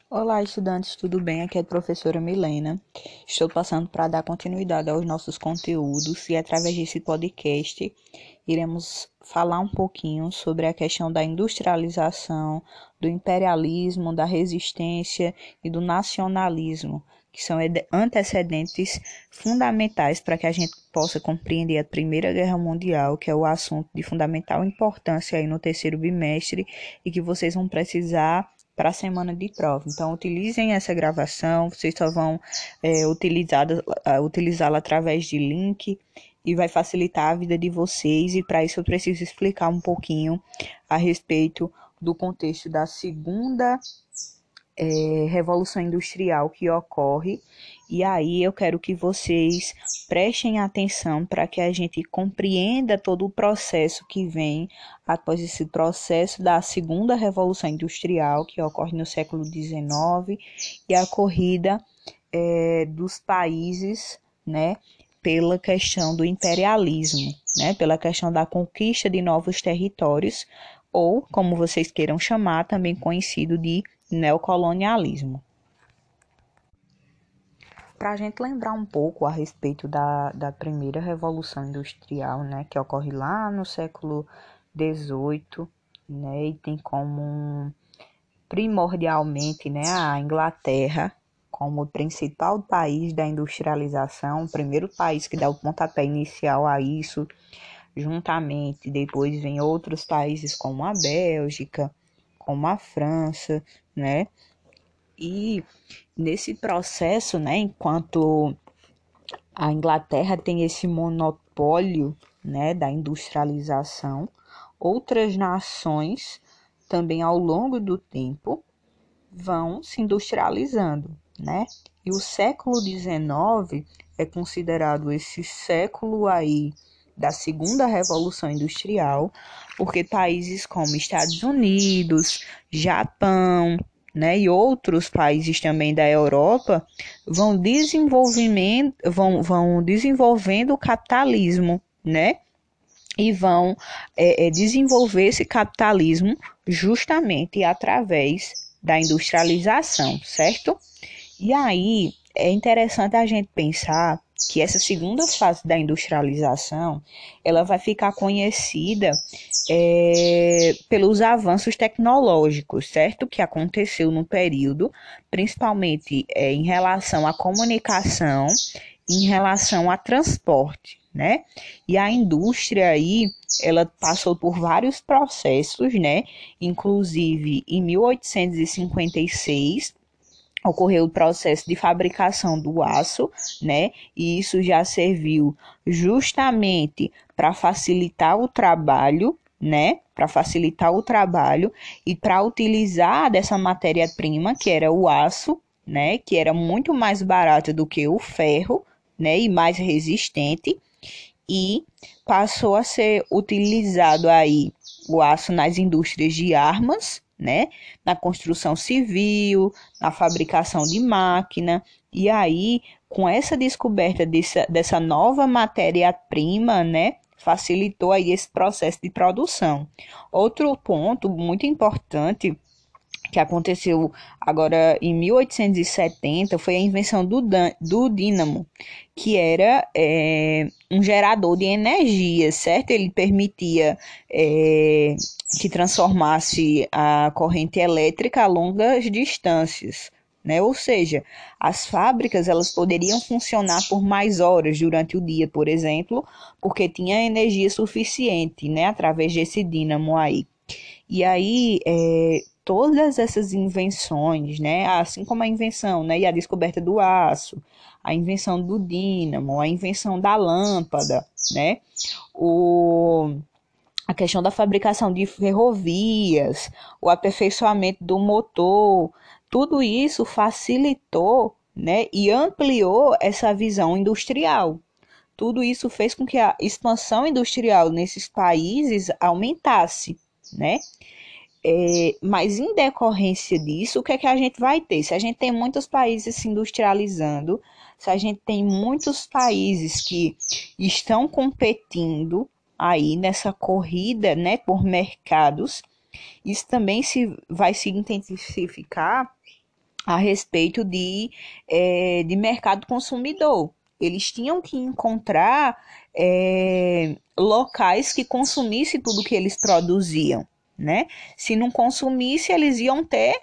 Olá, estudantes, tudo bem? Aqui é a professora Milena. Estou passando para dar continuidade aos nossos conteúdos e, através desse podcast, iremos falar um pouquinho sobre a questão da industrialização, do imperialismo, da resistência e do nacionalismo, que são antecedentes fundamentais para que a gente possa compreender a Primeira Guerra Mundial, que é o assunto de fundamental importância aí no terceiro bimestre e que vocês vão precisar para a semana de prova. Então, utilizem essa gravação, vocês só vão utilizá-la através de link e vai facilitar a vida de vocês. E para isso eu preciso explicar um pouquinho a respeito do contexto da segunda revolução industrial que ocorre. E aí eu quero que vocês prestem atenção para que a gente compreenda todo o processo que vem após esse processo da segunda revolução industrial que ocorre no século XIX e a corrida dos países, né, pela questão do imperialismo, né, pela questão da conquista de novos territórios, ou, como vocês queiram chamar, também conhecido de neocolonialismo. Para a gente lembrar um pouco a respeito da primeira revolução industrial, né, que ocorre lá no século XVIII, né, e tem como primordialmente, né, a Inglaterra como o principal país da industrialização, o primeiro país que dá o pontapé inicial a isso, juntamente depois vem outros países como a Bélgica, como a França, né? E nesse processo, né, enquanto a Inglaterra tem esse monopólio, né, da industrialização, outras nações também ao longo do tempo vão se industrializando, né? E o século XIX é considerado esse século aí da segunda revolução industrial, porque países como Estados Unidos, Japão, né, e outros países também da Europa vão desenvolvendo o capitalismo, né? E vão desenvolver esse capitalismo justamente através da industrialização, certo? E aí é interessante a gente pensar que essa segunda fase da industrialização ela vai ficar conhecida pelos avanços tecnológicos, certo? Que aconteceu no período, principalmente em relação à comunicação, em relação a transporte, né? E a indústria aí, ela passou por vários processos, né? Inclusive, em 1856, ocorreu o processo de fabricação do aço, né? E isso já serviu justamente para facilitar o trabalho, né? Para facilitar o trabalho e para utilizar dessa matéria-prima, que era o aço, né? Que era muito mais barato do que o ferro, né? E mais resistente. E passou a ser utilizado aí o aço nas indústrias de armas, né? Na construção civil, na fabricação de máquina. E aí, com essa descoberta dessa nova matéria-prima, né? Facilitou aí esse processo de produção. Outro ponto muito importante que aconteceu agora em 1870 foi a invenção do dínamo, que era um gerador de energia, certo? Ele permitia que transformasse a corrente elétrica a longas distâncias, né? Ou seja, as fábricas elas poderiam funcionar por mais horas durante o dia, por exemplo, porque tinha energia suficiente, né? Através desse dínamo aí. E aí, todas essas invenções, né, assim como a invenção, né, e a descoberta do aço, a invenção do dínamo, a invenção da lâmpada, né, o, a questão da fabricação de ferrovias, o aperfeiçoamento do motor, tudo isso facilitou, né, e ampliou essa visão industrial. Tudo isso fez com que a expansão industrial nesses países aumentasse, né? Mas em decorrência disso, o que é que a gente vai ter? Se a gente tem muitos países se industrializando, se a gente tem muitos países que estão competindo aí nessa corrida, né, por mercados, isso também vai se intensificar a respeito de mercado consumidor. Eles tinham que encontrar locais que consumissem tudo que eles produziam, né? Se não consumisse, eles iam ter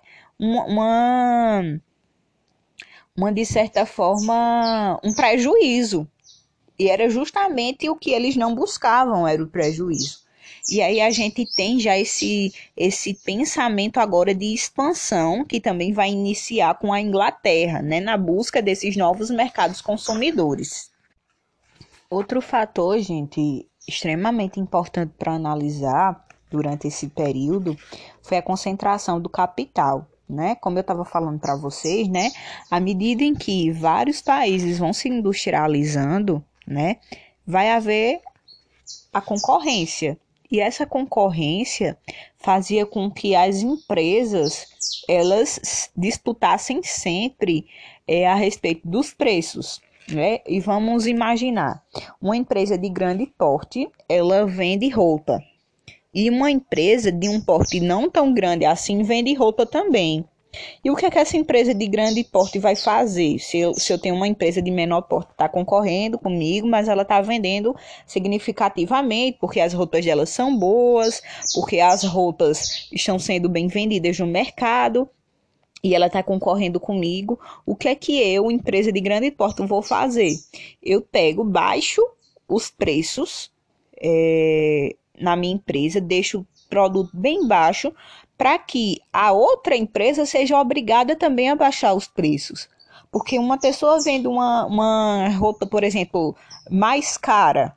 uma de certa forma, um prejuízo. E era justamente o que eles não buscavam, era o prejuízo. E aí a gente tem já esse pensamento agora de expansão, que também vai iniciar com a Inglaterra, né, na busca desses novos mercados consumidores. Outro fator, gente, extremamente importante para analisar durante esse período foi a concentração do capital, né? Como eu estava falando para vocês, né? À medida em que vários países vão se industrializando, né? Vai haver a concorrência. E essa concorrência fazia com que as empresas elas disputassem sempre a respeito dos preços, né? E vamos imaginar, uma empresa de grande porte, ela vende roupa. E uma empresa de um porte não tão grande assim vende roupa também. E o que é que essa empresa de grande porte vai fazer? Se eu tenho uma empresa de menor porte que está concorrendo comigo, mas ela está vendendo significativamente, porque as roupas delas são boas, porque as roupas estão sendo bem vendidas no mercado, e ela está concorrendo comigo, o que é que eu, empresa de grande porte, vou fazer? Eu pego, baixo os preços na minha empresa, deixo o produto bem baixo, para que a outra empresa seja obrigada também a baixar os preços. Porque uma pessoa vende uma roupa, por exemplo, mais cara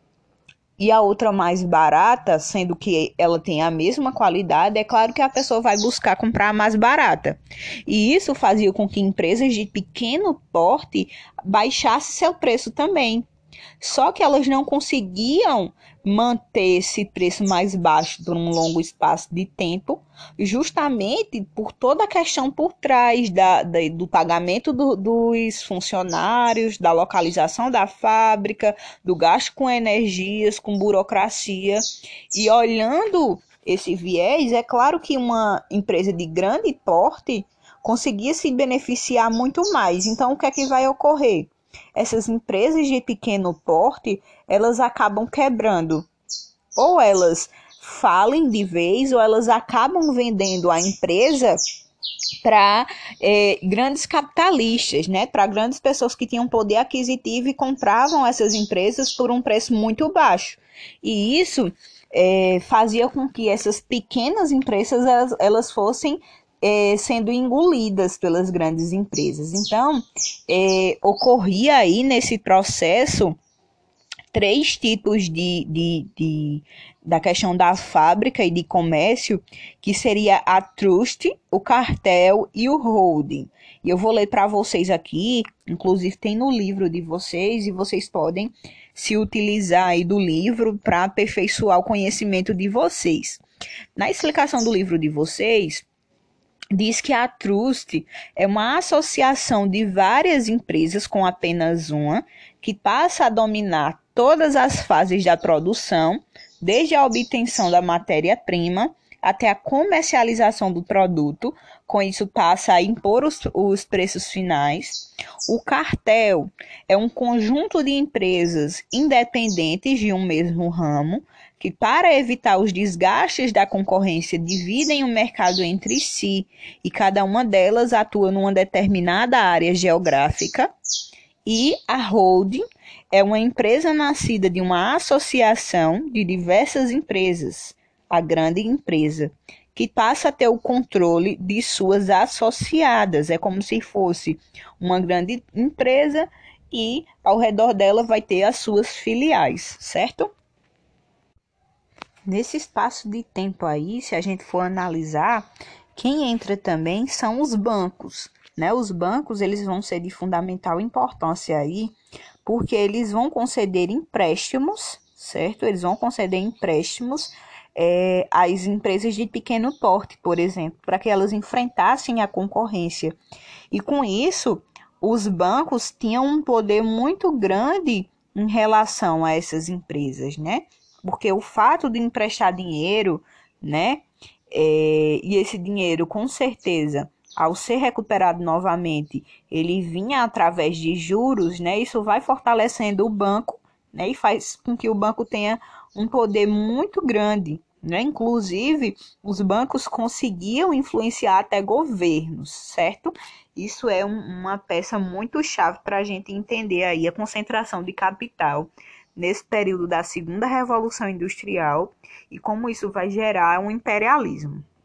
e a outra mais barata, sendo que ela tem a mesma qualidade, é claro que a pessoa vai buscar comprar a mais barata. E isso fazia com que empresas de pequeno porte baixassem seu preço também. Só que elas não conseguiam manter esse preço mais baixo por um longo espaço de tempo, justamente por toda a questão por trás do pagamento dos funcionários, da localização da fábrica, do gasto com energias, com burocracia. E olhando esse viés, é claro que uma empresa de grande porte conseguia se beneficiar muito mais. Então, o que é que vai ocorrer? Essas empresas de pequeno porte, elas acabam quebrando. Ou elas falem de vez, ou elas acabam vendendo a empresa para grandes capitalistas, né? Para grandes pessoas que tinham poder aquisitivo e compravam essas empresas por um preço muito baixo. E isso fazia com que essas pequenas empresas elas fossem sendo engolidas pelas grandes empresas. Então, ocorria aí nesse processo três tipos da questão da fábrica e de comércio, que seria a trust, o cartel e o holding. E eu vou ler para vocês aqui, inclusive tem no livro de vocês, e vocês podem se utilizar aí do livro para aperfeiçoar o conhecimento de vocês. Na explicação do livro de vocês, diz que a trust é uma associação de várias empresas com apenas uma, que passa a dominar todas as fases da produção, desde a obtenção da matéria-prima até a comercialização do produto. Com isso, passa a impor os preços finais. O cartel é um conjunto de empresas independentes de um mesmo ramo, que, para evitar os desgastes da concorrência, dividem o mercado entre si e cada uma delas atua numa determinada área geográfica. E a holding é uma empresa nascida de uma associação de diversas empresas, a grande empresa, que passa a ter o controle de suas associadas. É como se fosse uma grande empresa e ao redor dela vai ter as suas filiais, certo? Nesse espaço de tempo aí, se a gente for analisar, quem entra também são os bancos, né? Os bancos, eles vão ser de fundamental importância aí, porque eles vão conceder empréstimos, certo? Eles vão conceder empréstimos às empresas de pequeno porte, por exemplo, para que elas enfrentassem a concorrência. E com isso, os bancos tinham um poder muito grande em relação a essas empresas, né? Porque o fato de emprestar dinheiro, né? E esse dinheiro, com certeza, ao ser recuperado novamente, ele vinha através de juros, né? Isso vai fortalecendo o banco, né? E faz com que o banco tenha um poder muito grande, né? Inclusive, os bancos conseguiam influenciar até governos, certo? Isso é uma peça muito chave para a gente entender aí a concentração de capital nesse período da Segunda Revolução Industrial e como isso vai gerar um imperialismo.